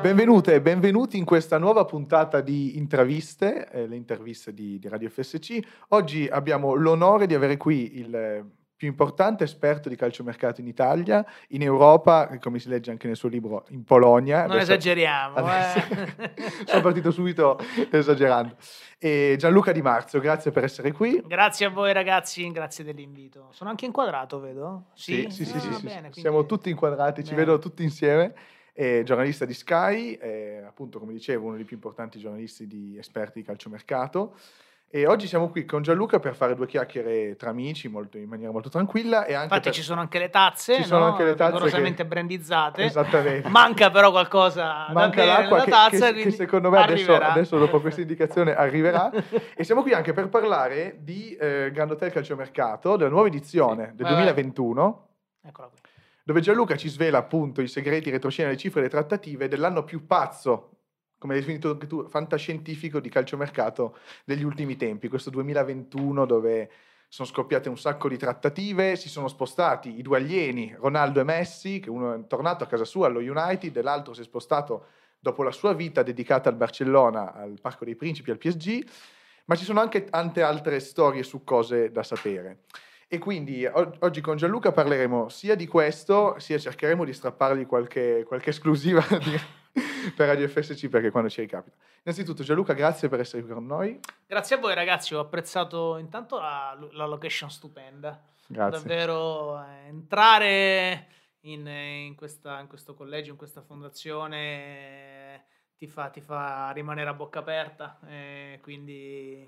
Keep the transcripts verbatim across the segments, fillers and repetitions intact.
Benvenute e benvenuti in questa nuova puntata di Intraviste, eh, le interviste di, di Radio F S C. Oggi abbiamo l'onore di avere qui il eh, più importante esperto di calciomercato in Italia, in Europa, e come si legge anche nel suo libro, in Polonia. Non Adesso- esageriamo, adesso- eh. Sono partito subito esagerando. E Gianluca Di Marzio, grazie per essere qui. Grazie a voi ragazzi, grazie dell'invito. Sono anche inquadrato, vedo? Sì, sì, sì, Ah, sì, sì, bene, quindi- siamo tutti inquadrati, ci Bene. vedo tutti insieme. È giornalista di Sky, è, appunto, come dicevo, uno dei più importanti giornalisti di esperti di calciomercato. E oggi siamo qui con Gianluca per fare due chiacchiere tra amici, molto, in maniera molto tranquilla. E anche Infatti per... ci sono anche le tazze, Ci sono no? anche le tazze rigorosamente che- brandizzate. Esattamente. Manca però qualcosa da Manca bere l'acqua nella che, tazza, che- che quindi secondo me adesso, arriverà. adesso dopo questa indicazione arriverà. E siamo qui anche per parlare di eh, Grand Hotel Calciomercato, della nuova edizione Sì, del vai, vai. duemilaventuno. Eccola qui. Dove Gianluca ci svela appunto i segreti, retroscena, le cifre e le trattative dell'anno più pazzo, come hai definito anche tu, fantascientifico di calciomercato degli ultimi tempi, questo duemilaventuno dove sono scoppiate un sacco di trattative, si sono spostati i due alieni, Ronaldo e Messi, che uno è tornato a casa sua allo United e l'altro si è spostato dopo la sua vita dedicata al Barcellona, al Parco dei Principi, al P S G, ma ci sono anche tante altre storie su cose da sapere. E quindi o- oggi con Gianluca parleremo sia di questo, sia cercheremo di strappargli qualche, qualche esclusiva di- per Radio F S C, perché quando ci ricapita. Innanzitutto Gianluca, grazie per essere qui con noi. Grazie a voi ragazzi, ho apprezzato intanto la, la location stupenda. Grazie. Davvero eh, entrare in, in, questa, in questo collegio, in questa fondazione eh, ti fa, ti fa rimanere a bocca aperta, eh, quindi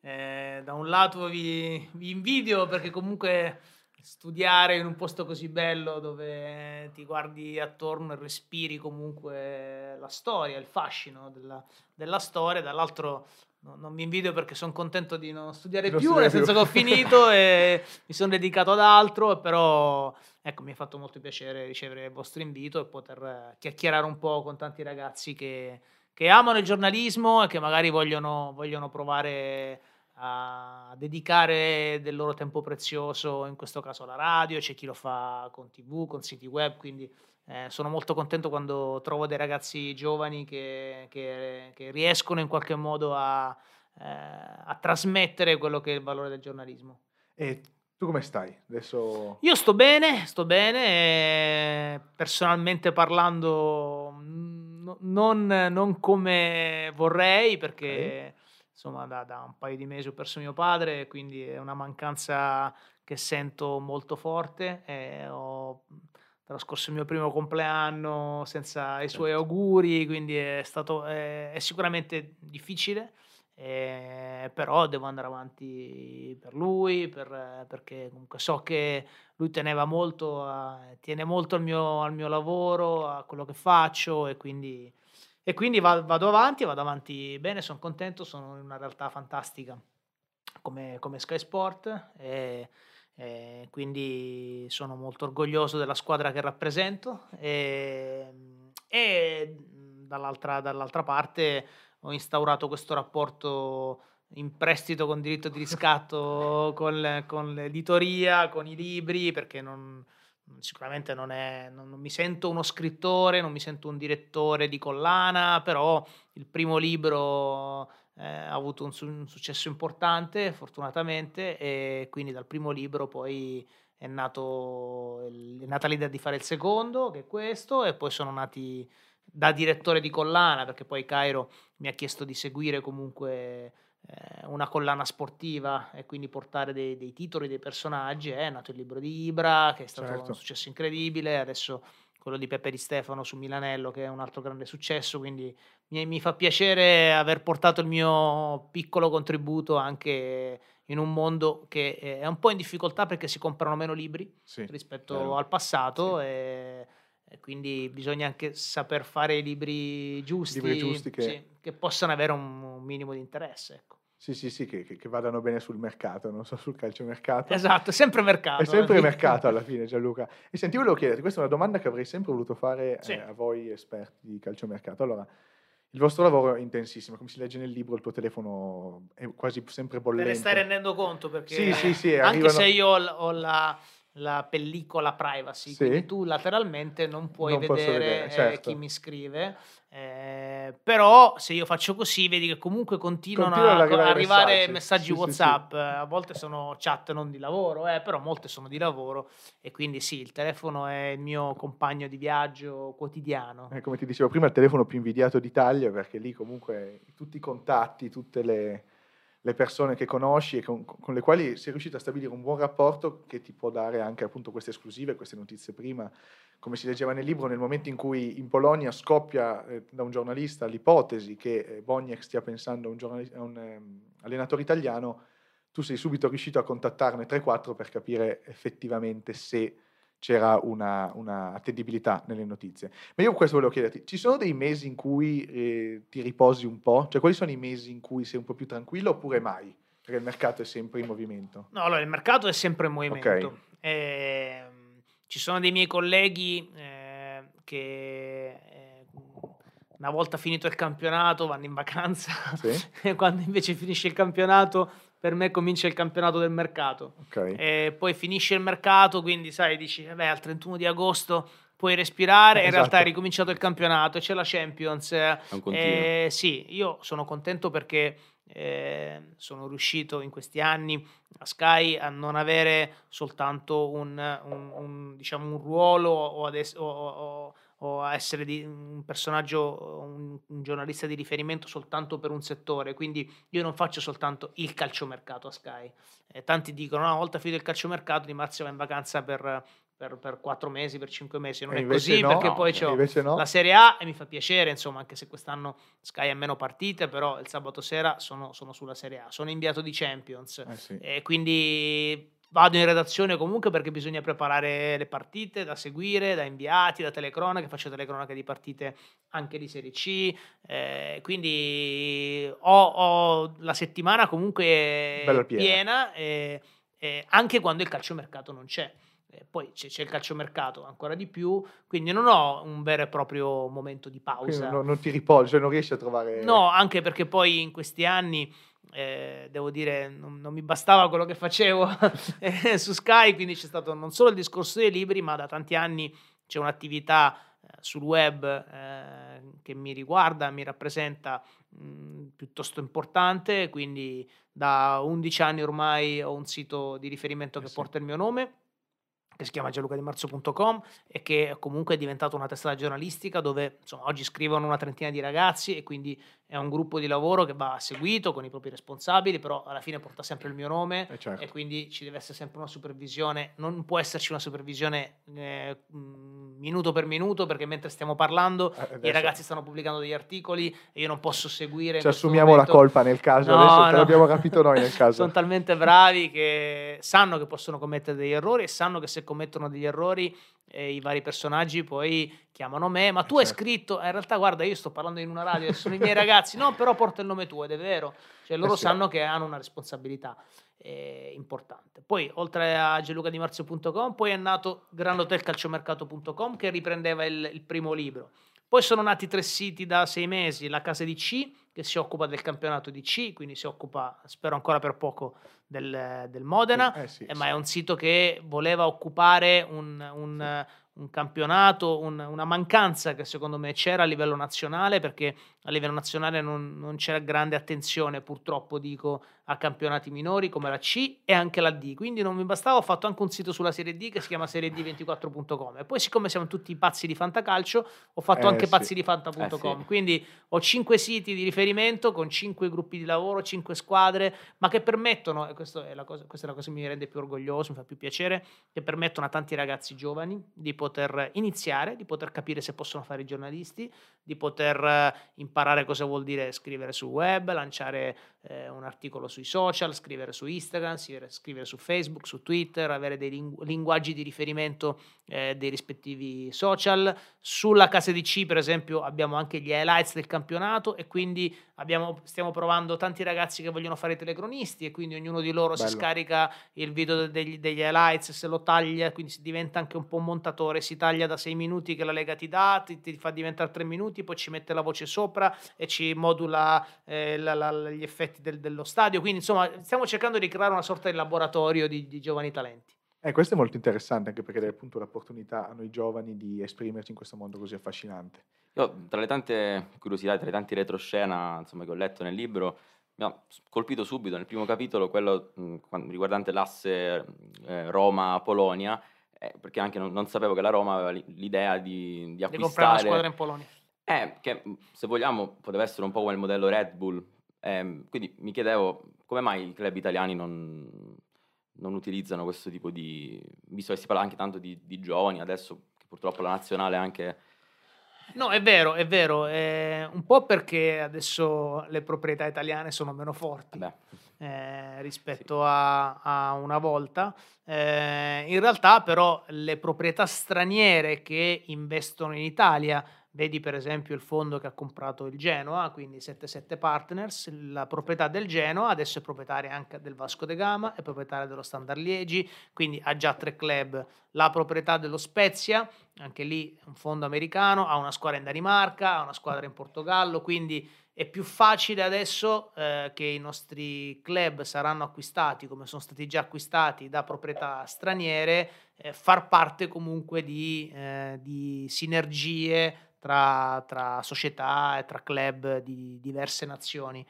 eh, da un lato vi, vi invidio perché comunque studiare in un posto così bello dove ti guardi attorno e respiri comunque la storia, il fascino della, della storia, dall'altro no, non mi invidio perché sono contento di non studiare Non più, studiare nel senso più. che ho finito e mi sono dedicato ad altro, però ecco, mi ha fatto molto piacere ricevere il vostro invito e poter eh, chiacchierare un po' con tanti ragazzi che, che amano il giornalismo e che magari vogliono, vogliono provare a dedicare del loro tempo prezioso, in questo caso alla radio, c'è chi lo fa con tivù, con siti web, quindi eh, sono molto contento quando trovo dei ragazzi giovani che, che- che riescono in qualche modo a, eh, a trasmettere quello che è il valore del giornalismo. E tu come stai? Adesso... Io sto bene, sto bene, eh, personalmente parlando mm, non, non come vorrei perché insomma da, da un paio di mesi ho perso mio padre, quindi è una mancanza che sento molto forte. E ho trascorso il mio primo compleanno senza i suoi Certo. auguri, quindi è stato è, è sicuramente difficile. Eh, però devo andare avanti per lui, per- perché comunque so che lui teneva molto, a- tiene molto al mio, al mio lavoro, a quello che faccio e quindi, e quindi va- vado avanti, vado avanti bene, sono contento, sono in una realtà fantastica come, come Sky Sport e, e quindi sono molto orgoglioso della squadra che rappresento e, e dall'altra, dall'altra parte ho instaurato questo rapporto in prestito con diritto di riscatto con, le- con l'editoria, con i libri, perché non, sicuramente non, è, non, non mi sento uno scrittore, non mi sento un direttore di collana, però il primo libro eh, ha avuto un, su- un successo importante, fortunatamente, e quindi dal primo libro poi è, nato il- è nata l'idea di fare il secondo, che è questo, e poi sono nati da direttore di collana, perché poi Cairo mi ha chiesto di seguire comunque eh, una collana sportiva e quindi portare dei, dei titoli, dei personaggi. È nato il libro di Ibra, che è stato Certo. un successo incredibile, adesso quello di Peppe Di Stefano su Milanello, che è un altro grande successo, quindi mi, mi fa piacere aver portato il mio piccolo contributo anche in un mondo che è un po' in difficoltà perché si comprano meno libri Sì, rispetto vero. al passato Sì. e, e quindi bisogna anche saper fare i libri giusti, Libri giusti che- sì, che possano avere un, un minimo di interesse. Ecco. Sì, sì, sì, che, che- che vadano bene sul mercato, non so, sul calciomercato. Esatto, è sempre mercato. È sempre alla fine. mercato alla fine, Gianluca. E senti, volevo chiederti, questa è una domanda che avrei sempre voluto fare Sì. eh, a voi esperti di calciomercato. Allora, il vostro lavoro è intensissimo, come si legge nel libro, il tuo telefono è quasi sempre Te bollente. ne stai rendendo conto perché Sì, sì, sì, anche arrivano- se io ho, l- ho la, la pellicola privacy, Sì. quindi tu lateralmente non puoi Non posso vedere, vedere, eh, certo. chi mi scrive, eh, però se io faccio così vedi che comunque continuano Continuano a ad co- arrivare arrivare messaggi. messaggi Sì, sì, sì. WhatsApp, eh, a volte sono chat non di lavoro, eh, però molte sono di lavoro e quindi sì, il telefono è il mio compagno di viaggio quotidiano. Eh, come ti dicevo prima, il telefono più invidiato d'Italia, perché lì comunque tutti i contatti, tutte le, le persone che conosci e con, con le quali sei riuscito a stabilire un buon rapporto che ti può dare anche appunto queste esclusive, queste notizie prima. Come si leggeva nel libro, nel momento in cui in Polonia scoppia eh, da un giornalista l'ipotesi che eh, Boniek stia pensando a un, giornali- a un ehm, allenatore italiano, tu sei subito riuscito a contattarne tre quattro per capire effettivamente se c'era una, una attendibilità nelle notizie. Ma io questo volevo chiederti, ci sono dei mesi in cui eh, ti riposi un po'? Cioè quali sono i mesi in cui sei un po' più tranquillo oppure mai? Perché il mercato è sempre in movimento. No, allora il mercato è sempre in Ok, movimento. Ehm, ci sono dei miei colleghi eh, che eh, una volta finito il campionato vanno in vacanza sì, e quando invece finisce il campionato, per me comincia il campionato del mercato. ok. E poi finisce il mercato, quindi sai, dici, vabbè, al trentuno di agosto puoi respirare, Eh, in realtà è esatto. ricominciato il campionato, c'è la Champions. È un continuo. Eh, sì, io sono contento perché eh, sono riuscito in questi anni a Sky a non avere soltanto un, un- un, diciamo, un ruolo o, ad es- o- o- o a essere di- un personaggio, un, un giornalista di riferimento soltanto per un settore, quindi io non faccio soltanto il calciomercato a Sky. Eh, tanti dicono, no, una volta finito il calciomercato Di Marzio va in vacanza per, per, per quattro mesi, per cinque mesi, non E è invece così no, perché No, poi cioè, c'ho invece no. la Serie A e mi fa piacere, insomma, anche se quest'anno Sky ha meno partite, però il sabato sera sono, sono sulla Serie A, sono inviato di Champions, Eh sì. e quindi vado in redazione comunque perché bisogna preparare le partite da seguire, da inviati, da telecronache, faccio telecronache di partite anche di Serie C, eh, quindi ho, ho la settimana Bella comunque piena. piena, eh, eh, anche quando il calciomercato non c'è. Eh, poi c'è, c'è il calciomercato ancora di più, quindi non ho un vero e proprio momento di Quindi pausa. non, non ti riposi, cioè non riesci a trovare... No, anche perché poi in questi anni, eh, devo dire, non, non mi bastava quello che facevo eh, su Sky, quindi c'è stato non solo il discorso dei libri, ma da tanti anni c'è un'attività eh, sul web eh, che mi riguarda, mi rappresenta mh, piuttosto importante, quindi da undici anni ormai ho un sito di riferimento Eh che sì. porta il mio nome, che si chiama gianlucadimarzio punto com e che comunque è diventato una testata giornalistica dove insomma oggi scrivono una trentina di ragazzi e quindi è un gruppo di lavoro che va seguito con i propri responsabili, però alla fine porta sempre il mio nome Eh, certo. e quindi ci deve essere sempre una supervisione, non può esserci una supervisione eh, mh, minuto per minuto perché mentre stiamo parlando Eh, i adesso ragazzi stanno pubblicando degli articoli e io non posso seguire in ci questo assumiamo la momento. colpa nel caso, adesso No, te no. l'abbiamo capito noi nel caso. Sono talmente bravi che sanno che possono commettere degli errori e sanno che se commettono degli errori eh, i vari personaggi poi chiamano me, ma Eh, tu hai certo. scritto, eh, in realtà guarda io sto parlando in una radio e sono i miei ragazzi, no però porta il nome tuo ed è vero, cioè loro Eh sì. sanno che hanno una responsabilità eh, importante. Poi oltre a gianlucadimarzio punto com poi è nato grandhotelcalciomercato punto com che riprendeva il, il primo libro. Poi sono nati tre siti da sei mesi, la Casa di C, che si occupa del campionato di C, quindi si occupa, spero ancora per poco, del, del Modena, Eh sì, eh, sì. ma è un sito che voleva occupare un, un, un campionato, un- una mancanza che secondo me c'era a livello nazionale, perché a livello nazionale non, non c'era grande attenzione, purtroppo dico, a campionati minori come la C e anche la D, quindi non mi bastava, ho fatto anche un sito sulla Serie D che si chiama serie d ventiquattro punto com e poi siccome siamo tutti pazzi di fantacalcio ho fatto Eh anche sì. pazzi di fanta punto com, Eh sì. quindi ho cinque siti di riferimento con cinque gruppi di lavoro, cinque squadre, ma che permettono, e questo è la cosa, questa è la cosa che mi rende più orgoglioso, mi fa più piacere, che permettono a tanti ragazzi giovani di poter iniziare, di poter capire se possono fare i giornalisti, di poter eh, imparare cosa vuol dire scrivere sul web, lanciare eh, un articolo sui social, scrivere su Instagram, scrivere, scrivere su Facebook, su Twitter, avere dei lingu- linguaggi di riferimento eh, dei rispettivi social. Sulla Casa di C, per esempio, abbiamo anche gli highlights del campionato e quindi abbiamo, stiamo provando tanti ragazzi che vogliono fare i telecronisti e quindi ognuno di loro si Bello. scarica il video degli, degli highlights, se lo taglia, quindi si diventa anche un po' un montatore, si taglia da sei minuti che la Lega ti dà, ti, ti fa diventare tre minuti, poi ci mette la voce sopra e ci modula eh, la- la- gli effetti del- dello stadio, quindi insomma stiamo cercando di creare una sorta di laboratorio di, di giovani talenti. Eh, questo è molto interessante anche perché dai appunto l'opportunità a noi giovani di esprimerci in questo mondo così affascinante. Io tra le tante curiosità, tra i tanti retroscena, insomma, che ho letto nel libro, mi ha s colpito subito nel primo capitolo quello, mhmm, quan riguardante l'asse, ehm, Roma-Polonia, ehm, perché anche non non sapevo che la Roma aveva l'i l'idea di di Di comprare una squadra acquistare in Polonia. eh, che, mhmm, se vogliamo poteva essere un po' come il modello Red Bull. Ehm, quindi mi chiedevo come mai i club italiani non non utilizzano questo tipo di visto che si parla anche tanto di di giovani adesso, che purtroppo la nazionale anche No, è vero, è vero, ehm, un po' perché adesso le proprietà italiane sono meno forti, Vabbè, ehm, sì, rispetto a a una volta. Ehm, in realtà però le proprietà straniere che investono in Italia, vedi per esempio il fondo che ha comprato il Genoa, quindi settantasette Partners, la proprietà del Genoa adesso è proprietaria anche del Vasco da Gama, è proprietaria dello Standard Liegi, quindi ha già tre club. La proprietà dello Spezia, anche lì un fondo americano, ha una squadra in Danimarca, ha una squadra in Portogallo, quindi è più facile adesso eh, che i nostri club saranno acquistati, come sono stati già acquistati da proprietà straniere, eh, far parte comunque di, eh, di sinergie tra, tra società e tra club di diverse nazioni.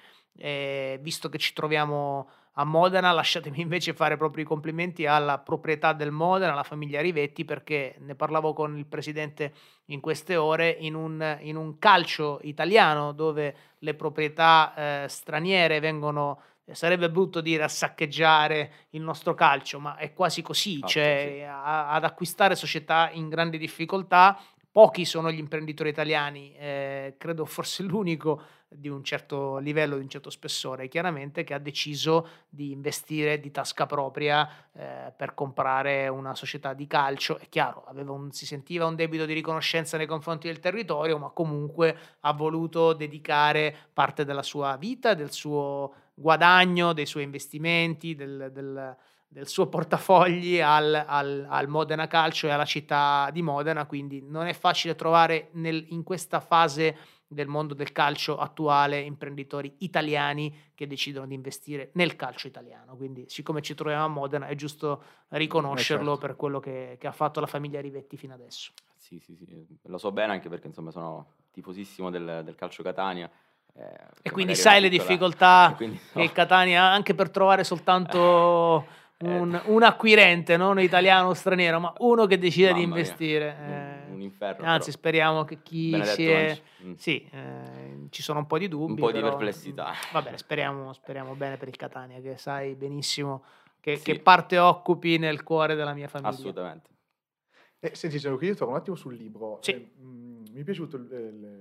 Eh, visto che ci troviamo a Modena, lasciatemi invece fare proprio i complimenti alla proprietà del Modena, alla famiglia Rivetti, perché ne parlavo con il presidente in queste ore, in un, in un calcio italiano dove le proprietà eh, straniere vengono, eh, sarebbe brutto dire, a saccheggiare il nostro calcio, ma è quasi così, fatto, sì. cioè a- ad acquistare società in grandi difficoltà. Pochi sono gli imprenditori italiani, eh, credo forse l'unico di un certo livello, di un certo spessore, chiaramente, che ha deciso di investire di tasca propria eh, per comprare una società di calcio. È chiaro, aveva un, si sentiva un debito di riconoscenza nei confronti del territorio, ma comunque ha voluto dedicare parte della sua vita, del suo guadagno, dei suoi investimenti, del, del, del suo portafogli al, al, al Modena Calcio e alla città di Modena, quindi non è facile trovare nel, in questa fase del mondo del calcio attuale imprenditori italiani che decidono di investire nel calcio italiano. Quindi, siccome ci troviamo a Modena, è giusto Eh riconoscerlo certo. per quello che, che ha fatto la famiglia Rivetti fino adesso. Sì, sì, sì, lo so bene anche perché insomma sono tifosissimo del del calcio Catania, ehm, E perché quindi magari è una sai le piccola e difficoltà quindi che no. il Catania ha anche per trovare soltanto Eh, un, un acquirente, non italiano o straniero, ma uno che decida di mamma mia, investire. un Eh, un inferno anzi, però. speriamo che chi si Benedetto non è... c mh, Sì, eh, ci sono un po' di un dubbi, po' di però mh, perplessità. va bene, speriamo, speriamo bene per il Catania, che sai benissimo che, che Sì, parte occupi nel cuore della mia famiglia. assolutamente. Eh, senti Gianluca, io torno un attimo sul libro. Sì. Eh, mm, mi è piaciuto il,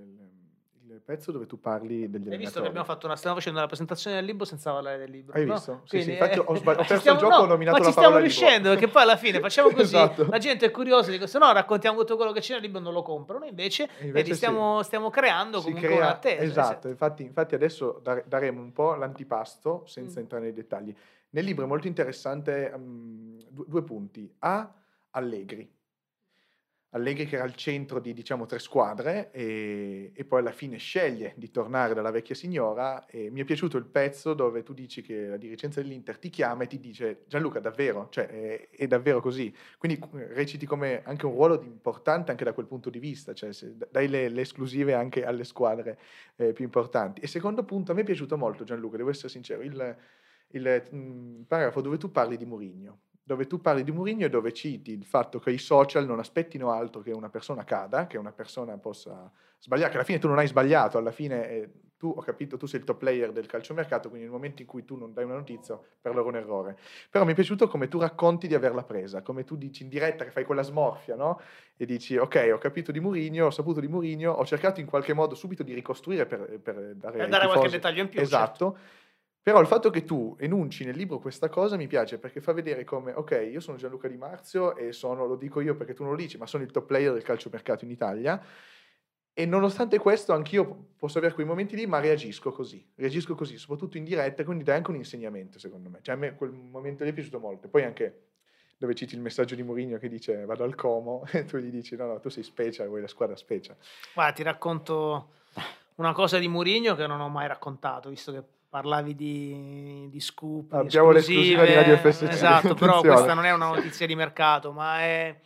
il- il pezzo dove tu parli degli Hai visto che abbiamo allenatori. fatto una, stiamo facendo la presentazione del libro senza parlare del libro, Hai no? visto? Sì, sì, Quindi infatti eh, ho, sbagli- ho ci perso il stiamo, gioco, ho no, ma nominato ci la stiamo parola libro. riuscendo, perché poi alla fine facciamo così, Esatto. la gente è curiosa, dico, se no raccontiamo tutto quello che c'è nel libro, non lo comprano, invece, E vedi, invece sì. stiamo, stiamo creando Si comunque crea, un'attesa. eh, esatto, se- infatti, infatti adesso dare- daremo un po' l'antipasto senza Mm. entrare nei dettagli. Nel libro è molto interessante mm, due, due punti. A, Allegri. Allegri che era al centro di, diciamo, tre squadre e, e poi alla fine sceglie di tornare dalla vecchia signora e mi è piaciuto il pezzo dove tu dici che la dirigenza dell'Inter ti chiama e ti dice Gianluca, davvero? Cioè, è, è davvero così? Quindi eh, reciti come anche un ruolo di- importante anche da quel punto di vista, cioè se dai le, le esclusive anche alle squadre eh, più importanti. E secondo punto, a me è piaciuto molto Gianluca, devo essere sincero, il, il mm, paragrafo dove tu parli di Mourinho dove tu parli di Mourinho e dove citi il fatto che i social non aspettino altro che una persona cada, che una persona possa sbagliare, che alla fine tu non hai sbagliato, alla fine eh, tu, ho capito, tu sei il top player del calciomercato, quindi nel momento in cui tu non dai una notizia, per loro è un errore. Però mi è piaciuto come tu racconti di averla presa, come tu dici in diretta che fai quella smorfia, no? E dici, ok, ho capito di Mourinho, ho saputo di Mourinho, ho cercato in qualche modo subito di ricostruire per, per dare Per ai dare qualche tifosi... dettaglio in più, certo. Esatto. Però il fatto che tu enunci nel libro questa cosa mi piace perché fa vedere come, ok, io sono Gianluca Di Marzio e sono, lo dico io perché tu non lo dici, ma sono il top player del calciomercato in Italia e nonostante questo anch'io posso avere quei momenti lì, ma reagisco così, reagisco così, soprattutto in diretta, quindi dai anche un insegnamento secondo me. Cioè a me quel momento lì è piaciuto molto. Poi anche dove citi il messaggio di Mourinho che dice vado al Como e tu gli dici no, no, tu sei special, vuoi la squadra special. Guarda, ti racconto una cosa di Mourinho che non ho mai raccontato, visto che parlavi di, di scoop, di Abbiamo l'esclusiva di Radio F S C. esatto, però Attenzione. questa non è una notizia di mercato, ma è,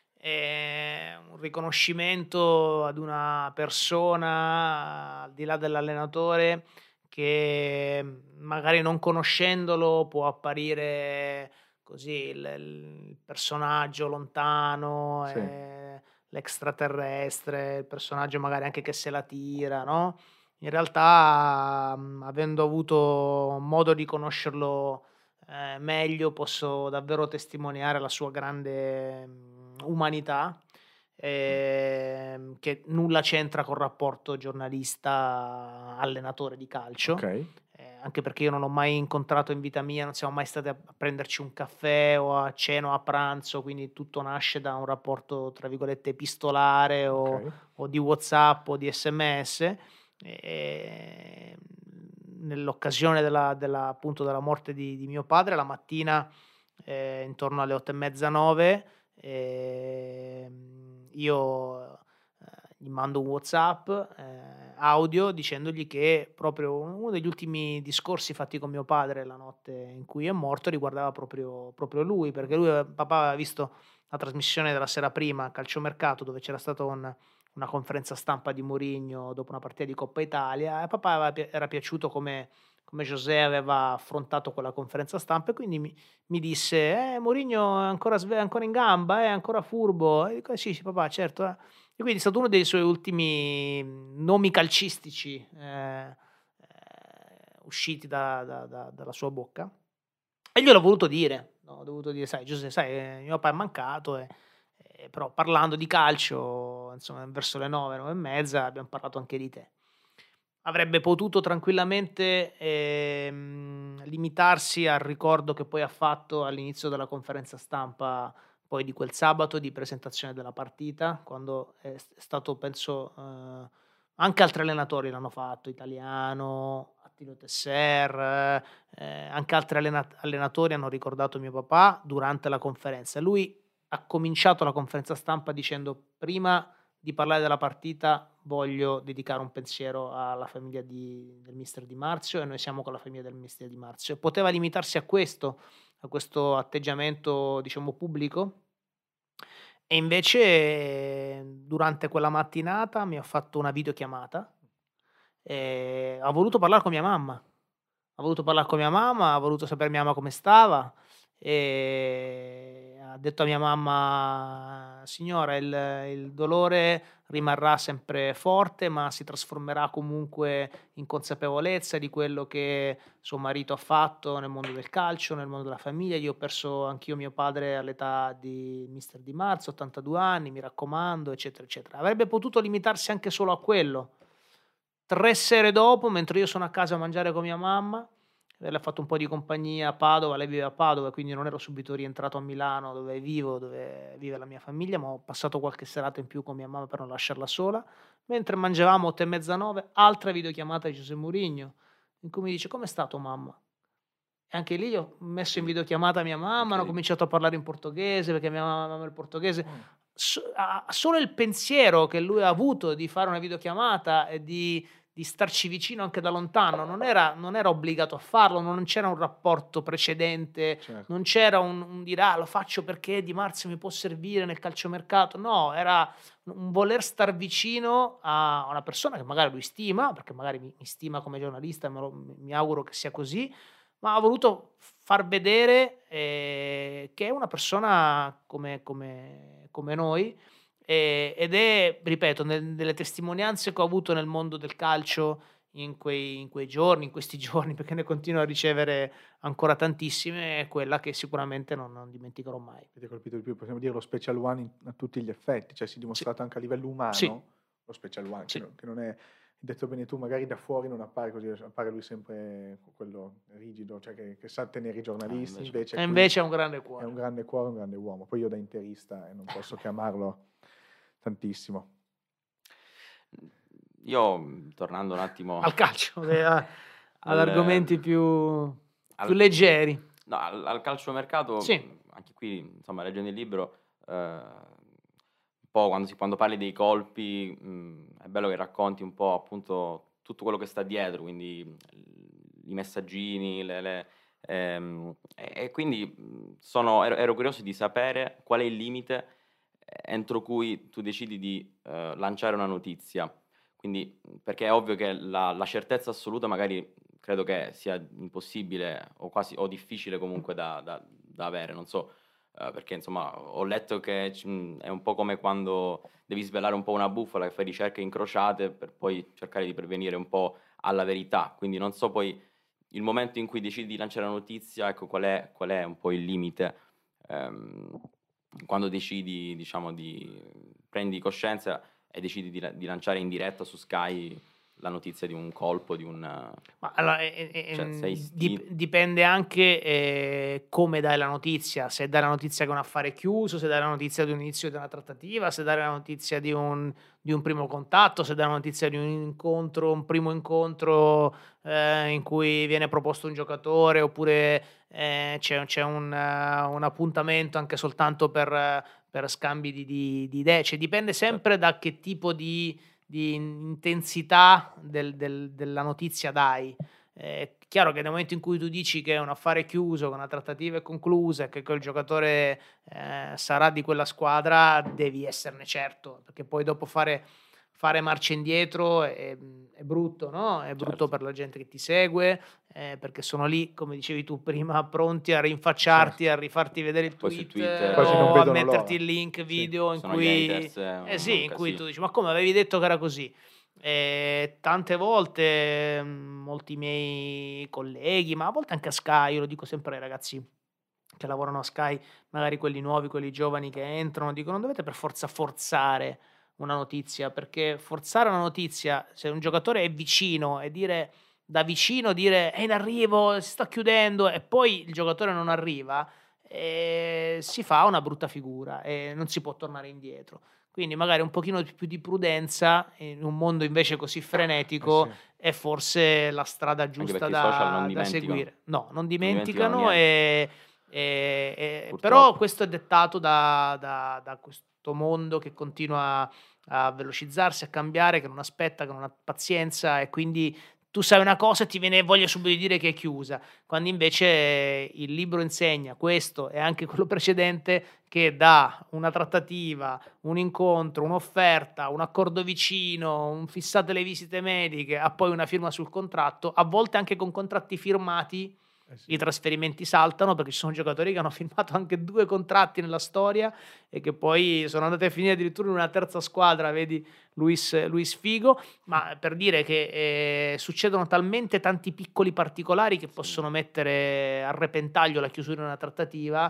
è un riconoscimento ad una persona, al di là dell'allenatore, che magari non conoscendolo può apparire così il, il personaggio lontano, Sì. eh, l'extraterrestre, il personaggio magari anche che se la tira, no? In realtà, mh, avendo avuto modo di conoscerlo eh, meglio, posso davvero testimoniare la sua grande mh, umanità, ehm, che nulla c'entra col rapporto giornalista-allenatore di calcio. Ok. Eh, anche perché io non l'ho mai incontrato in vita mia, non siamo mai stati a a prenderci un caffè o a cena o a pranzo, quindi tutto nasce da un rapporto, tra virgolette, epistolare o, Ok. o di WhatsApp o di S M S. E, nell'occasione della, della, appunto della morte di, di mio padre, la mattina, eh, intorno alle otto e mezza, nove, eh, io eh, gli mando un WhatsApp eh, audio dicendogli che proprio uno degli ultimi discorsi fatti con mio padre la notte in cui è morto riguardava proprio, proprio lui, perché lui, papà, aveva visto la trasmissione della sera prima, Calciomercato, dove c'era stata un, una conferenza stampa di Mourinho dopo una partita di Coppa Italia, e papà aveva pi- era piaciuto come, come José aveva affrontato quella conferenza stampa, e quindi mi, mi disse: eh, Mourinho è ancora, sve- è ancora in gamba, è ancora furbo. E dico: "Eh, sì, sì, papà, certo." eh." E quindi è stato uno dei suoi ultimi mh, nomi calcistici eh, eh, usciti da- da- da- dalla sua bocca. E gliel'ho voluto dire, no, ho dovuto dire: sai, Giuseppe, sai, eh, mio papà è mancato, e, e però parlando di calcio, insomma, verso le nove, nove e mezza, abbiamo parlato anche di te. Avrebbe potuto tranquillamente ehm, limitarsi al ricordo che poi ha fatto all'inizio della conferenza stampa, poi di quel sabato di presentazione della partita, quando è s- è stato, penso, eh, anche altri allenatori l'hanno fatto, Italiano, Attilo Tesser, eh, anche altri allena- allenatori hanno ricordato mio papà durante la conferenza. Lui ha cominciato la conferenza stampa dicendo: prima di parlare della partita voglio dedicare un pensiero alla famiglia di, del mister Di Marzio, e noi siamo con la famiglia del mister Di Marzio. Poteva limitarsi a questo, a questo atteggiamento, diciamo, pubblico, e invece eh, durante quella mattinata mi ha fatto una videochiamata e ha voluto parlare con mia mamma. Ha voluto parlar con mia mamma, ha voluto sapere mia mamma come stava, e ha detto a mia mamma: "Signora, il il dolore rimarrà sempre forte, ma si trasformerà comunque in consapevolezza di quello che suo marito ha fatto nel mondo del calcio, nel mondo della famiglia. Io ho perso anch'io mio padre all'età di mister Di Marzio, ottantadue anni, mi raccomando", eccetera, eccetera. Avrebbe potuto limitarsi anche solo a quello. Tre sere dopo, mentre io sono a casa a mangiare con mia mamma, e le ha fatto un po' di compagnia a Padova, lei vive a Padova, quindi non ero subito rientrato a Milano dove vivo, dove vive la mia famiglia, ma ho passato qualche serata in più con mia mamma per non lasciarla sola. Mentre mangiavamo otto e mezza, nove, altra videochiamata di José Mourinho, in cui mi dice: "Come sta tua mamma?" E anche lì ho messo in videochiamata mia mamma, hanno Incredibile. cominciato a parlare in portoghese, perché mia mamma ama il portoghese. Mm. So a solo il pensiero che lui ha avuto di fare una videochiamata e di di starci vicino anche da lontano, non era non era obbligato a farlo, non c'era un rapporto precedente, Certo. non c'era un un dire: "Ah, lo faccio perché Di Marzio mi può servire nel calciomercato." No, era un voler star vicino a una persona che magari lui stima, perché magari mi mi stima come giornalista, me lo mi auguro che sia così, ma ha voluto far vedere, ehm, che è una persona come come come noi, ehm, ed è, ripeto, nel nelle testimonianze che ho avuto nel mondo del calcio in quei in quei giorni, in questi giorni, perché ne continuo a ricevere ancora tantissime, è quella che sicuramente non non dimenticherò mai. Che ti ha colpito di più, possiamo dire lo Special One in a tutti gli effetti, cioè si è Sì, dimostrato anche a livello sì, umano lo Special One, che sì. no che non è detto bene tu, magari da fuori non appare così, appare lui sempre quello rigido, cioè che che sa tenere i Eh, giornalisti, invece invece E qui invece ha un grande è cuore. un grande cuore, un grande uomo. Poi io da interista, eh, non posso che amarlo tantissimo. Mhmm, io, mhmm, tornando un attimo Al calcio, e a ad al argomenti più più al leggeri. no, al al calciomercato, Sì. mhmm, anche qui, insomma, leggendo il libro, ehm, un po' quando si quando parli dei colpi, mhmm, è bello che racconti un po', appunto, tutto quello che sta dietro, quindi, mhmm, i messaggini, le, le, ehm, e, e quindi sono, ero, ero curioso di sapere qual è il limite entro cui tu decidi di eh, lanciare una notizia. Quindi, perché è ovvio che la, la certezza assoluta magari credo che sia impossibile o quasi o difficile comunque da, da, da avere, non so, eh, perché insomma ho letto che mh, è un po' come quando devi svelare un po' una bufala, che fai ricerche incrociate per poi cercare di pervenire un po' alla verità, quindi non so poi il momento in cui decidi di lanciare la notizia, ecco qual è, qual è un po' il limite. Ehm, quando decidi, diciamo, di prendi coscienza e decidi di, di lanciare in diretta su Sky la notizia di un colpo, di un... Ma allora, eh, eh, cioè, sei dip- sti- dipende anche eh, come dai la notizia, se dai la notizia che è un affare chiuso, se dai la notizia di un inizio di una trattativa, se dai la notizia di un, di un primo contatto, se dai la notizia di un incontro, un primo incontro eh, in cui viene proposto un giocatore, oppure eh, c'è, c'è un, eh, un appuntamento anche soltanto per, eh, per scambi di, di- di idee, cioè dipende sempre da che tipo di di intensità del- del- della notizia dai. È chiaro che nel momento in cui tu dici che è un affare chiuso, che una trattativa è conclusa e che quel giocatore eh, sarà di quella squadra, devi esserne certo, perché poi dopo fare, fare marcia indietro è, è brutto, no? È brutto Certo. per la gente che ti segue, eh, perché sono lì, come dicevi tu prima, pronti a rinfacciarti, Certo. a rifarti vedere il Poi su tweet, Twitter, Quasi non o a vedono metterti l'ora. il link Sì. video in sono gli cui haters, è eh un- sì, un in cui casino. tu dici, ma come avevi detto che era così? E tante volte mh, molti miei colleghi, ma a volte anche a Sky, io lo dico sempre ai ragazzi che lavorano a Sky, magari quelli nuovi, quelli giovani che entrano, dicono: non dovete per forza forzare una notizia, perché forzare una notizia, se un giocatore è vicino e dire da vicino dire è in arrivo, si sta chiudendo e poi il giocatore non arriva, eh, si fa una brutta figura e non si può tornare indietro. Quindi magari un pochino più di prudenza in un mondo invece così frenetico Eh sì. è forse la strada Anche giusta perché i social non da, da dimenticano, seguire. No, non non dimenticano dimenticano, niente, e, e- e- però purtroppo. questo è dettato da, da- da questo mondo che continua a velocizzarsi, a cambiare, che non aspetta, che non ha pazienza e quindi tu sai una cosa e ti viene voglia subito di dire che è chiusa, quando invece il libro insegna questo e anche quello precedente, che da una trattativa, un incontro, un'offerta, un accordo vicino, un fissate le visite mediche, a poi una firma sul contratto, a volte anche con contratti firmati Eh sì. i trasferimenti saltano, perché ci sono giocatori che hanno firmato anche due contratti nella storia e che poi sono andati a finire addirittura in una terza squadra, vedi Luis, Luis Figo, ma per dire che eh, succedono talmente tanti piccoli particolari che possono mettere a repentaglio la chiusura di una trattativa,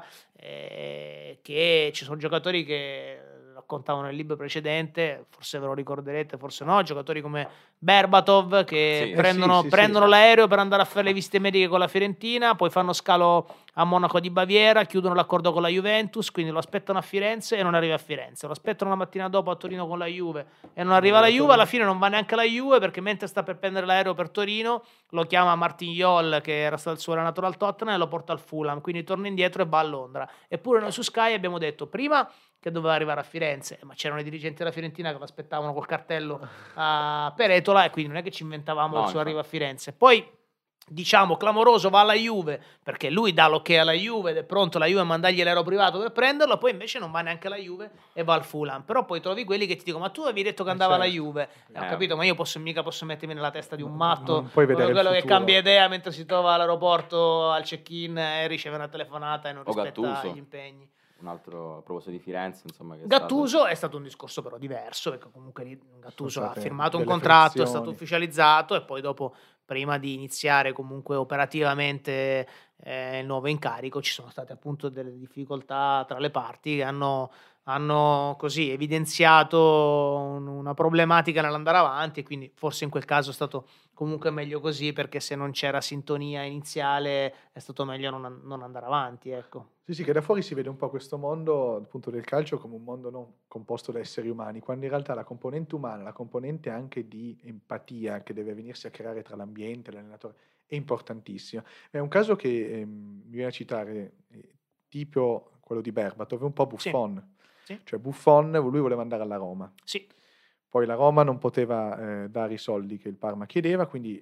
eh, che ci sono giocatori che raccontavano nel libro precedente, forse ve lo ricorderete, forse no, giocatori come Berbatov che Sì. prendono, Eh sì, sì, prendono sì. l'aereo per andare a fare le visite mediche con la Fiorentina, poi fanno scalo a Monaco di Baviera, chiudono l'accordo con la Juventus, quindi lo aspettano a Firenze e non arriva a Firenze, lo aspettano la mattina dopo a Torino con la Juve e non arriva alla Juve, alla fine non va neanche alla Juve perché mentre sta per prendere l'aereo per Torino lo chiama Martin Jol, che era stato il suo allenatore al Tottenham, e lo porta al Fulham, quindi torna indietro e va a Londra. Eppure noi su Sky abbiamo detto prima che doveva arrivare a Firenze, ma c'erano i dirigenti della Fiorentina che lo aspettavano col cartello a Peretola e quindi non è che ci inventavamo No, il suo infatti. arrivo a Firenze. Poi diciamo clamoroso va alla Juve perché lui dà l'ok alla Juve ed è pronto la Juve a mandargli l'aereo privato per prenderlo, poi invece non va neanche alla Juve e va al Fulham. Però poi trovi quelli che ti dicono: ma tu avevi detto che Eh, andava alla certo. Juve. Eh, ho Eh, capito, ma io posso mica posso mettermi nella testa di un Non- matto non puoi come vedere il quello che futuro. cambia idea mentre si trova all'aeroporto al check-in e riceve una telefonata e non O rispetta Gattuso. gli impegni. Un altro a proposito di Firenze, insomma, che è Gattuso stato... è stato un discorso però diverso, perché comunque lì Gattuso Sono ha state firmato un delle contratto, è stato frizioni. ufficializzato e poi dopo, prima di iniziare comunque operativamente eh, il nuovo incarico, ci sono state appunto delle difficoltà tra le parti che hanno, hanno così evidenziato un- una problematica nell'andare avanti e quindi forse in quel caso è stato comunque meglio così, perché se non c'era sintonia iniziale è stato meglio non, an- non andare avanti, ecco. Sì, sì, che da fuori si vede un po' questo mondo, appunto, del calcio come un mondo non composto da esseri umani, quando in realtà la componente umana, la componente anche di empatia che deve venirsi a creare tra l'ambiente e l'allenatore è importantissima. È un caso che ehm, mi viene a citare, eh, tipo quello di Berbatov, è un po' Sì, Buffon. sì, Cioè Buffon, lui voleva andare alla Roma. sì. Poi la Roma non poteva eh, dare i soldi che il Parma chiedeva, quindi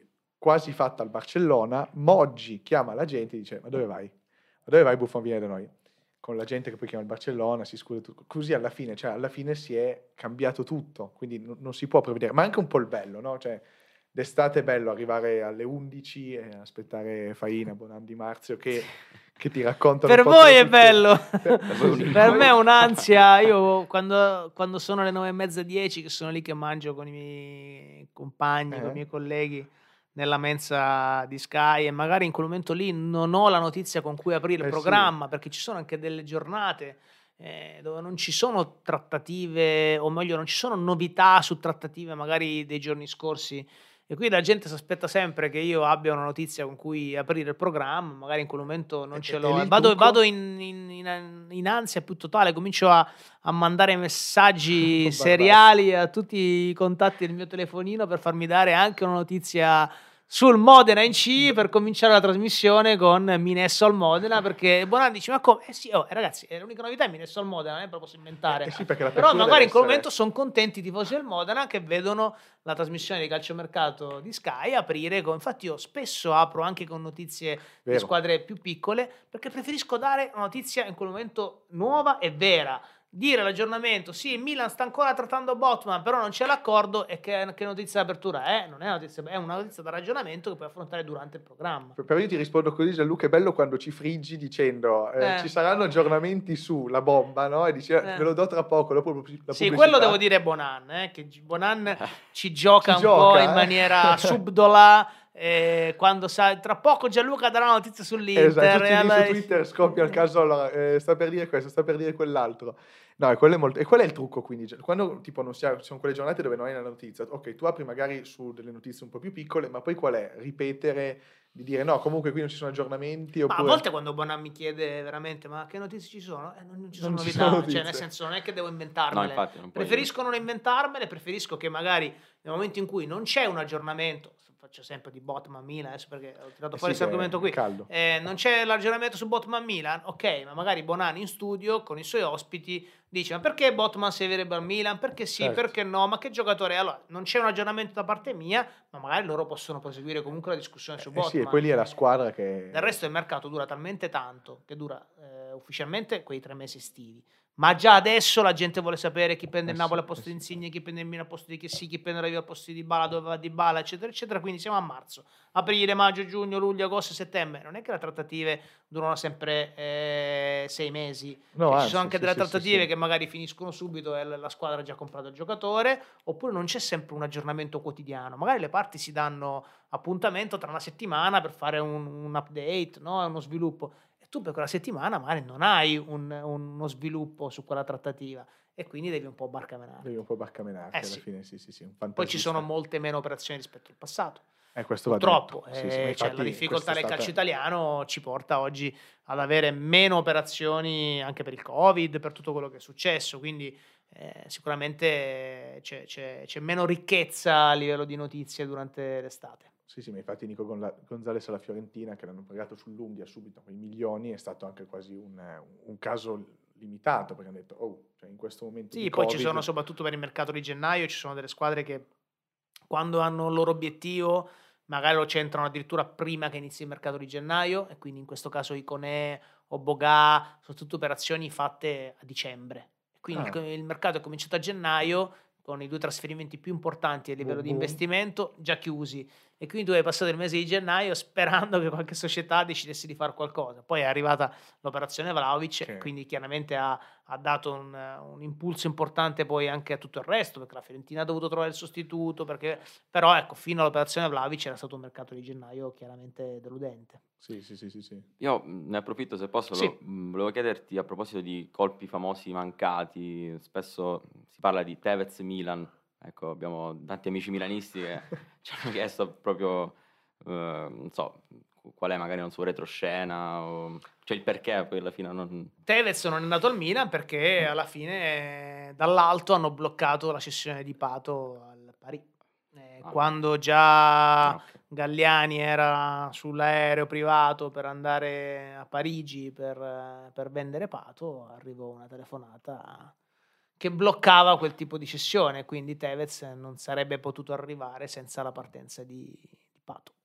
quasi fatta al Barcellona. Moggi chiama la gente e dice: ma dove vai? Ma dove vai, Buffon, viene da noi? Con la gente che poi chiama il Barcellona, si scusa tutto. Così alla fine, cioè alla fine si è cambiato tutto, quindi non, non si può prevedere, ma anche un po' il bello, no? Cioè, d'estate è bello arrivare alle undici e aspettare Faina, Bonan Di Marzio che, che ti raccontano. Per un po' voi come è bello, succede. per me è un'ansia. Io quando, quando sono le nove e mezza, dieci, che sono lì che mangio con i miei compagni, con i Eh? miei colleghi nella mensa di Sky, e magari in quel momento lì non ho la notizia con cui aprire il Eh sì. programma, perché ci sono anche delle giornate eh, dove non ci sono trattative, o meglio non ci sono novità su trattative magari dei giorni scorsi, e quindi la gente si aspetta sempre che io abbia una notizia con cui aprire il programma, magari in quel momento non E- ce e l'ho, lì e il vado, trucco? vado in, in- in- in ansia più totale, comincio a, a mandare messaggi Bombardare. seriali a tutti i contatti del mio telefonino per farmi dare anche una notizia sul Modena in C, per cominciare la trasmissione con Minesso al Modena, perché Bonan dice: ma come? Eh sì, oh, eh, ragazzi, è l'unica novità è Minesso al Modena, non è proprio posso inventare. Eh sì, perché Però l'apertura magari deve in quel essere... momento sono contenti i tifosi del Modena che vedono la trasmissione di calciomercato di Sky aprire con... Infatti io spesso apro anche con notizie di Vero. squadre più piccole, perché preferisco dare una notizia in quel momento nuova e vera. Dire l'aggiornamento, sì, il Milan sta ancora trattando Botman, però non c'è l'accordo, e che, che notizia d'apertura è? Non è una notizia, è una notizia da ragionamento che puoi affrontare durante il programma. Però io ti rispondo così, Gianluca, è bello quando ci friggi dicendo eh, Eh. ci saranno aggiornamenti sulla bomba, no? E dici, eh, Eh. ve lo do tra poco, dopo la pubblicità. Sì, quello devo dire Bonan, eh, che G- Bonan ci gioca Ci un gioca, po' eh. in maniera subdola, eh, quando sa, tra poco Gianluca darà una notizia sull'Inter. Esatto, tutti e lì allora- su Twitter scoppia il caso, allora, eh, sta per dire questo, sta per dire quell'altro. No, e quello è molto... E qual è il trucco, quindi? Cioè, quando, tipo, non si ha, ci sono quelle giornate dove non hai la notizia, ok, tu apri magari su delle notizie un po' più piccole, ma poi qual è? Ripetere, di dire, no, comunque qui non ci sono aggiornamenti, Ma oppure... a volte quando Bonan mi chiede veramente, ma che notizie ci sono? Eh, non, non ci sono Non ci novità, sono cioè nel notizie. senso non è che devo No, inventarmele. infatti non puoi... Preferisco non inventarmele, preferisco che magari nel momento in cui non c'è un aggiornamento, faccio sempre di Botman Milan, adesso perché ho tirato Eh fuori sì, questo che argomento è qui, caldo. eh, non c'è l'aggiornamento su Botman Milan, ok, ma magari Bonan in studio con i suoi ospiti dice: ma perché Botman si vedrebbe al Milan? Perché sì, Certo. perché no? Ma che giocatore è? Allora, non c'è un aggiornamento da parte mia, ma magari loro possono proseguire comunque la discussione su Eh Botman. sì, e poi lì è la Eh, squadra che... Del resto il mercato dura talmente tanto che dura eh, ufficialmente quei tre mesi estivi, ma già adesso la gente vuole sapere chi prende Eh il Napoli sì, al posto eh di sì. Insigne, chi prende il Milan al posto di Chessy, chi prende la Juve al posto di Dybala, dove va Dybala, eccetera eccetera. Quindi siamo a marzo, aprile, maggio, giugno, luglio, agosto, settembre. Non è che le trattative durano sempre eh, sei mesi. No, Cioè, ci anzi, sono anche sì, delle sì, sì, trattative sì. che magari finiscono subito e la la squadra ha già comprato il giocatore, oppure non c'è sempre un aggiornamento quotidiano. Magari le parti si danno appuntamento tra una settimana per fare un, un update, no? Uno sviluppo. E tu per quella settimana magari non hai un- uno sviluppo su quella trattativa, e quindi devi un po' barcamenare. Devi un po' barcamenarti Eh alla sì. fine, sì, sì, sì, un Poi ci fantasista. sono molte meno operazioni rispetto al passato. Eh, questo va Purtroppo, detto. Sì, sì, ma eh, cioè, la infatti difficoltà questa è del calcio stata- italiano ci porta oggi ad avere meno operazioni anche per il Covid, per tutto quello che è successo, quindi eh, sicuramente c'è, c'è- c'è meno ricchezza a livello di notizie durante l'estate. Sì, sì, ma infatti Nico Gonla- Gonzalez alla Fiorentina, che l'hanno pagato sull'unghia subito quei milioni, è stato anche quasi un, un caso limitato, perché hanno detto, oh, cioè in questo momento Sì, di poi Covid... ci sono soprattutto per il mercato di gennaio, ci sono delle squadre che quando hanno il loro obiettivo magari lo centrano addirittura prima che inizi il mercato di gennaio, e quindi in questo caso Iconè o Bogà, sono tutte operazioni fatte a dicembre. E quindi Ah. il, il mercato è cominciato a gennaio con i due trasferimenti più importanti a livello Boom, di boom. investimento già chiusi, e quindi tu hai passato il mese di gennaio sperando che qualche società decidesse di fare qualcosa. Poi è arrivata l'operazione Vlahovic, Che- quindi chiaramente ha, ha dato un, un impulso importante poi anche a tutto il resto, perché la Fiorentina ha dovuto trovare il sostituto, perché però ecco, fino all'operazione Vlahovic era stato un mercato di gennaio chiaramente deludente. Sì, sì, sì, sì, sì. Io mh, ne approfitto, se posso, Sì. lo- mh, volevo chiederti a proposito di colpi famosi mancati. Spesso si parla di Tevez Milan. Ecco, abbiamo tanti amici milanisti che ci hanno chiesto proprio, eh, non so, qual è magari un suo retroscena, o, cioè il perché poi alla fine non... Tevez non è andato al Milan perché alla fine eh, dall'alto hanno bloccato la cessione di Pato al Paris. Eh, Ah. Quando già Ah, ok. Galliani era sull'aereo privato per andare a Parigi per, eh, per vendere Pato, arrivò una telefonata che bloccava quel tipo di cessione, quindi Tevez non sarebbe potuto arrivare senza la partenza di, di Pato.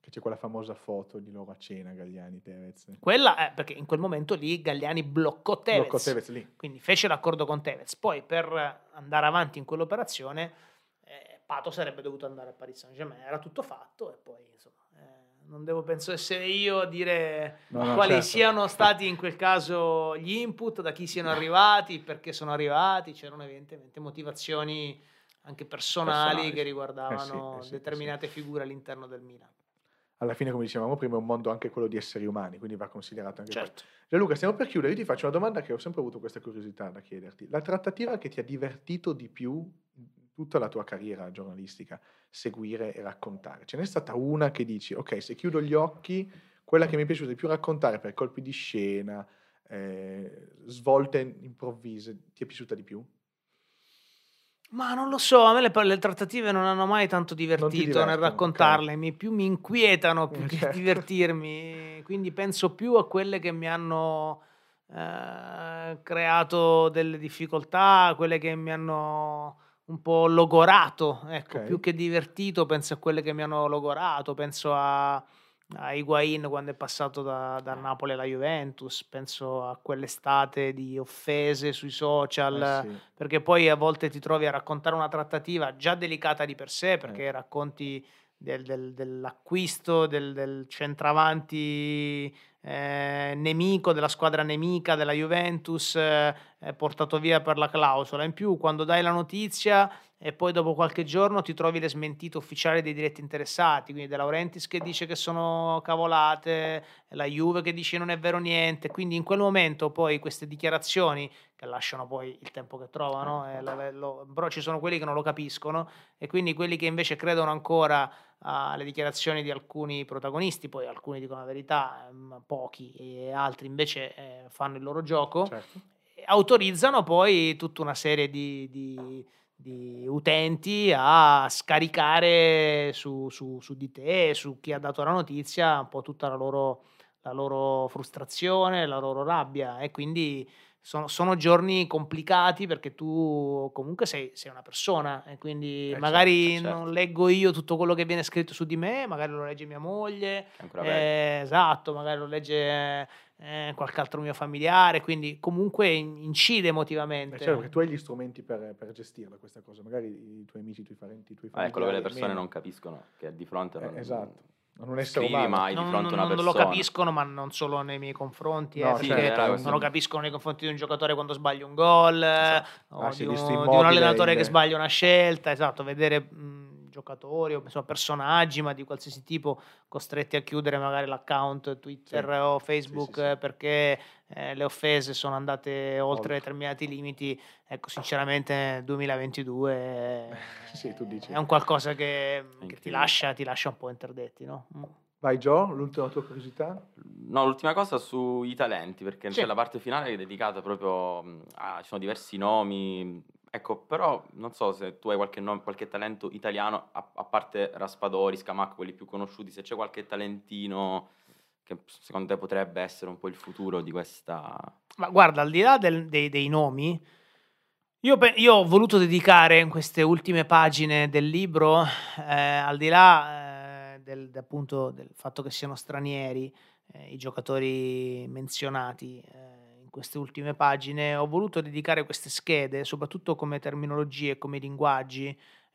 Che c'è quella famosa foto di loro a cena, Galliani, Tevez. Quella è perché in quel momento lì Galliani bloccò Tevez, Bloccò Tevez lì. quindi fece l'accordo con Tevez. Poi per andare avanti in quell'operazione eh, Pato sarebbe dovuto andare a Paris Saint-Germain, era tutto fatto e poi insomma eh, non devo penso essere io a dire No, no, quali certo. siano stati in quel caso gli input, da chi siano arrivati, perché sono arrivati, c'erano evidentemente motivazioni anche personali, Personali, che sì. riguardavano Eh sì, eh sì, determinate figure all'interno del Milan. Alla fine, come dicevamo prima, è un mondo anche quello di esseri umani, quindi va considerato anche Certo. quello. Gianluca, stiamo per chiudere, io ti faccio una domanda che ho sempre avuto questa curiosità da chiederti. La trattativa che ti ha divertito di più in tutta la tua carriera giornalistica, seguire e raccontare? Ce n'è stata una che dici, ok, se chiudo gli occhi, quella che mi è piaciuta di più raccontare per colpi di scena, eh, svolte improvvise, ti è piaciuta di più? Ma non lo so, a me le, le trattative non hanno mai tanto divertito divertono, nel raccontarle, mi, più mi inquietano più Eh, che certo. divertirmi, quindi penso più a quelle che mi hanno eh, creato delle difficoltà, quelle che mi hanno un po' logorato, ecco, Ok. più che divertito penso a quelle che mi hanno logorato, penso a a Higuain quando è passato da, da Napoli alla Juventus, penso a quell'estate di offese sui social, Eh sì. perché poi a volte ti trovi a raccontare una trattativa già delicata di per sé, perché Eh. racconti del, del- dell'acquisto del, del centravanti eh, nemico, della squadra nemica della Juventus, eh, eh, portato via per la clausola. In più, quando dai la notizia e poi dopo qualche giorno ti trovi le smentite ufficiali dei diretti interessati, quindi De Laurentiis che dice che sono cavolate, la Juve che dice non è vero niente, quindi in quel momento poi queste dichiarazioni che lasciano poi il tempo che trovano, eh, lo- lo- però ci sono quelli che non lo capiscono e quindi quelli che invece credono ancora alle dichiarazioni di alcuni protagonisti, poi alcuni dicono la verità, ehm, pochi, e altri invece eh, fanno il loro gioco, Certo. e autorizzano poi tutta una serie di, di- di utenti a scaricare su, su- su di te, su chi ha dato la notizia, un po' tutta la loro, la loro frustrazione, la loro rabbia e quindi sono, sono giorni complicati perché tu comunque sei, sei una persona e quindi Eh, magari certo, certo. non leggo io tutto quello che viene scritto su di me, magari lo legge mia moglie, È ancora peggio. eh, esatto, magari lo legge eh, qualche altro mio familiare, quindi comunque in- incide Eh, emotivamente. certo, perché tu hai gli strumenti per, per gestirla questa cosa, magari i tuoi amici, i tuoi parenti, i tuoi Ah, è quello che le familiari persone meno. non capiscono, che di fronte Eh, non, esatto, non un essere scrivi umano. mai di Non, fronte a non- una non lo persona. capiscono, ma non solo nei miei confronti, No, eh, Sì, in perché certo, generale è un- non lo questo- capiscono nei confronti di un giocatore quando sbaglia un gol, eh, Esatto. o Ah, si di, è un, visto di un Immobile allenatore in- che sbaglia una scelta, esatto, vedere mh, giocatori o insomma, personaggi, ma di qualsiasi tipo, costretti a chiudere magari l'account Twitter Sì, o sì, Facebook sì, sì. eh, perché eh, le offese sono andate oltre Oltre. determinati limiti. Ecco, sinceramente nel duemilaventidue eh, Sì, tu dici. è un qualcosa che, che ti, incredibile. lascia, ti lascia un po' interdetti, no? Mm. Vai Gio, l'ultima tua curiosità? No, l'ultima cosa sui talenti, perché Sì. c'è la parte finale che è dedicata proprio mh, a, ci sono diversi nomi, ecco, però non so se tu hai qualche, nome, qualche talento italiano, a, a parte Raspadori, Scamacca, quelli più conosciuti, se c'è qualche talentino che secondo te potrebbe essere un po' il futuro di questa... Ma guarda, al di là del- dei, dei nomi, io, pe- io ho voluto dedicare in queste ultime pagine del libro, eh, al di là eh, del, de- appunto del fatto che siano stranieri, eh, i giocatori menzionati eh, in queste ultime pagine, ho voluto dedicare queste schede, soprattutto come terminologie, come linguaggi.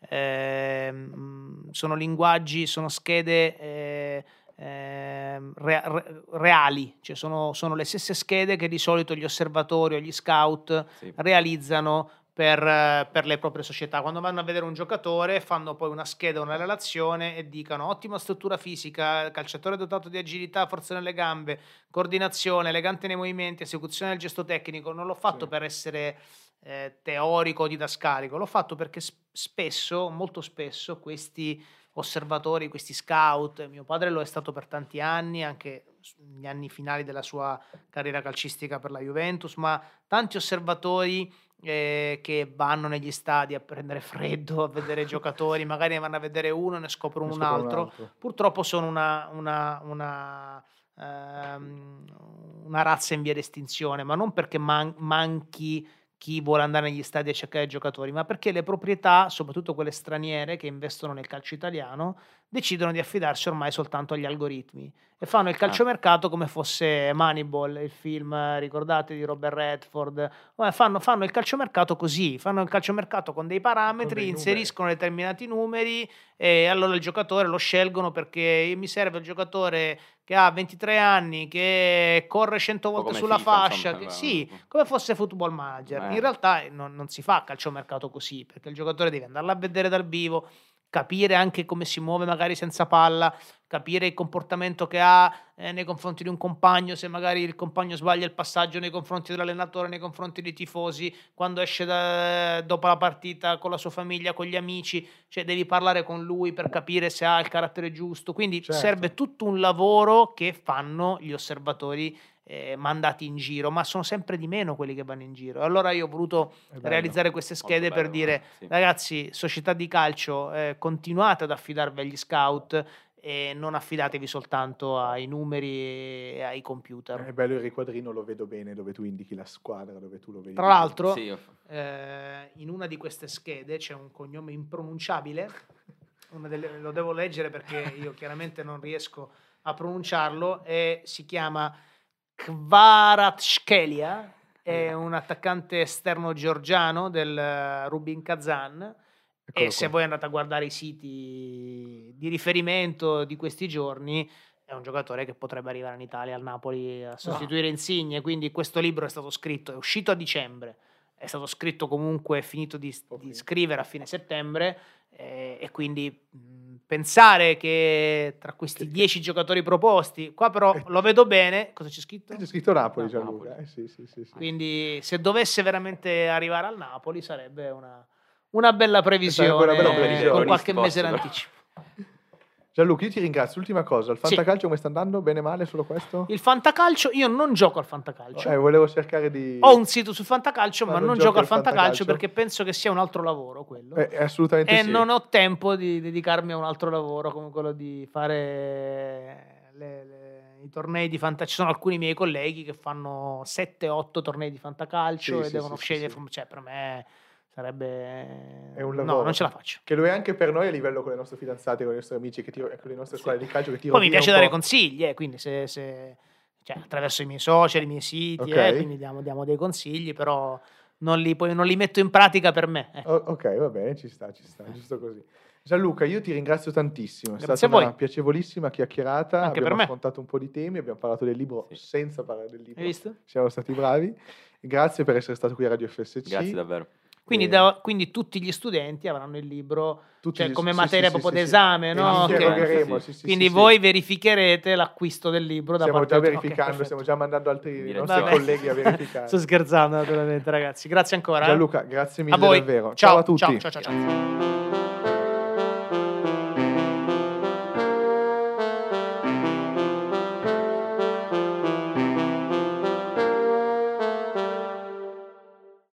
Ehm, sono linguaggi, sono schede eh, ehm, re- re- reali, cioè sono, sono le stesse schede che di solito gli osservatori o gli scout Sì. realizzano per, eh, per le proprie società. Quando vanno a vedere un giocatore fanno poi una scheda, una relazione e dicono ottima struttura fisica, calciatore dotato di agilità, forza nelle gambe, coordinazione, elegante nei movimenti, esecuzione del gesto tecnico. Non l'ho fatto Sì. per essere eh, teorico o didascalico, l'ho fatto perché s- spesso, molto spesso, questi osservatori, questi scout, mio padre lo è stato per tanti anni, anche negli anni finali della sua carriera calcistica per la Juventus, ma tanti osservatori eh, che vanno negli stadi a prendere freddo, a vedere i giocatori, magari ne vanno a vedere uno e ne scoprono Ne un scoprono un altro. altro. Purtroppo sono una, una, una, ehm, una razza in via d'estinzione, ma non perché man- manchi chi vuole andare negli stadi a cercare giocatori, ma perché le proprietà, soprattutto quelle straniere che investono nel calcio italiano, decidono di affidarsi ormai soltanto agli algoritmi e fanno il calciomercato come fosse Moneyball, il film, ricordate, di Robert Redford. Fanno, fanno il calciomercato così, fanno il calciomercato con dei parametri, Con dei inseriscono determinati numeri e allora il giocatore lo scelgono perché mi serve il giocatore che ha ventitré anni, che corre cento volte come sulla FIFA, fascia, insomma, che, eh, sì, come fosse Football Manager. Eh. In realtà non, non si fa calciomercato così, perché il giocatore deve andarla a vedere dal vivo, capire anche come si muove magari senza palla, capire il comportamento che ha eh, nei confronti di un compagno, se magari il compagno sbaglia il passaggio nei confronti dell'allenatore, nei confronti dei tifosi, quando esce da, dopo la partita con la sua famiglia, con gli amici, cioè devi parlare con lui per capire se ha il carattere giusto, quindi Certo. serve tutto un lavoro che fanno gli osservatori eh, mandati in giro, ma sono sempre di meno quelli che vanno in giro. Allora io ho voluto realizzare queste schede Molto per bello, dire sì. ragazzi, società di calcio, eh, continuate ad affidarvi agli scout e non affidatevi soltanto ai numeri e ai computer. È bello il riquadrino, lo vedo bene, dove tu indichi la squadra, dove tu lo vedi. Tra l'altro, Sì, io- eh, in una di queste schede c'è un cognome impronunciabile, una delle- lo devo leggere perché io chiaramente non riesco a pronunciarlo, e si chiama Kvaratskhelia, è un attaccante esterno georgiano del eh, Rubin Kazan. Eccolo E se qua. voi andate a guardare i siti di riferimento di questi giorni, è un giocatore che potrebbe arrivare in Italia, al Napoli, a sostituire Insigne. Quindi questo libro è stato scritto, è uscito a dicembre, è stato scritto comunque, è finito di, di scrivere a fine settembre, eh, e quindi mh, pensare che tra questi Che- dieci giocatori proposti, qua però Eh. lo vedo bene, cosa c'è scritto? C'è scritto Napoli, Ah, Gianluca. Napoli. Eh, sì, sì, sì, sì. Quindi se dovesse veramente arrivare al Napoli sarebbe una, una bella previsione, Sarebbe una bella con previsione. qualche mese Forse, però. d'anticipo. Gianluca, io ti ringrazio. Ultima cosa, il Sì. fantacalcio come sta andando? Bene, male, solo questo? Il fantacalcio, io non gioco al fantacalcio. Eh, volevo cercare di... Ho un sito sul fantacalcio, Ma ma non non giochi gioco al al fantacalcio fantacalcio? perché penso che sia un altro lavoro quello. Eh, assolutamente e sì. non ho tempo di dedicarmi a un altro lavoro come quello di fare le- le- i tornei di fantacalcio. Ci sono alcuni miei colleghi che fanno sette otto tornei di fantacalcio Sì, e sì, devono sì, scegliere. sì, sì. Cioè, per me sarebbe. È un No, lavoro. non ce la faccio. Che lo è anche per noi a livello con le nostre fidanzate, con i nostri amici, che ti, con le nostre squadre di calcio che ti Poi mi rovina piace un dare po'. consigli, eh, quindi se, se- cioè, attraverso i miei social, i miei siti, Ok. eh, quindi diamo, diamo dei consigli, però non li, poi non li metto in pratica per me. eh. O- ok, va bene, ci sta, ci sta, giusto così. Gianluca, io ti ringrazio tantissimo, è Grazie stata a voi. una piacevolissima chiacchierata, Anche abbiamo per me. affrontato un po' di temi, abbiamo parlato del libro Sì. senza parlare del libro. Hai visto? Siamo stati bravi. Grazie per essere stato qui a Radio F S C. Grazie davvero. Quindi, Eh, da- quindi tutti gli studenti avranno il libro, tutti cioè, gli- come sì, materia sì, sì, proprio sì, sì. d'esame, E no? li Ok. interrogheremo, Sì, sì, sì, Quindi sì, voi sì. verificherete l'acquisto del libro da Stiamo parte già di- ok, verificando, perfetto. stiamo già mandando altri Direi- nostri Vabbè. colleghi a verificare. Sto scherzando naturalmente, ragazzi. Grazie ancora. eh. Gianluca, grazie A mille voi. davvero. Ciao, Ciao a tutti. ciao, ciao, ciao, ciao.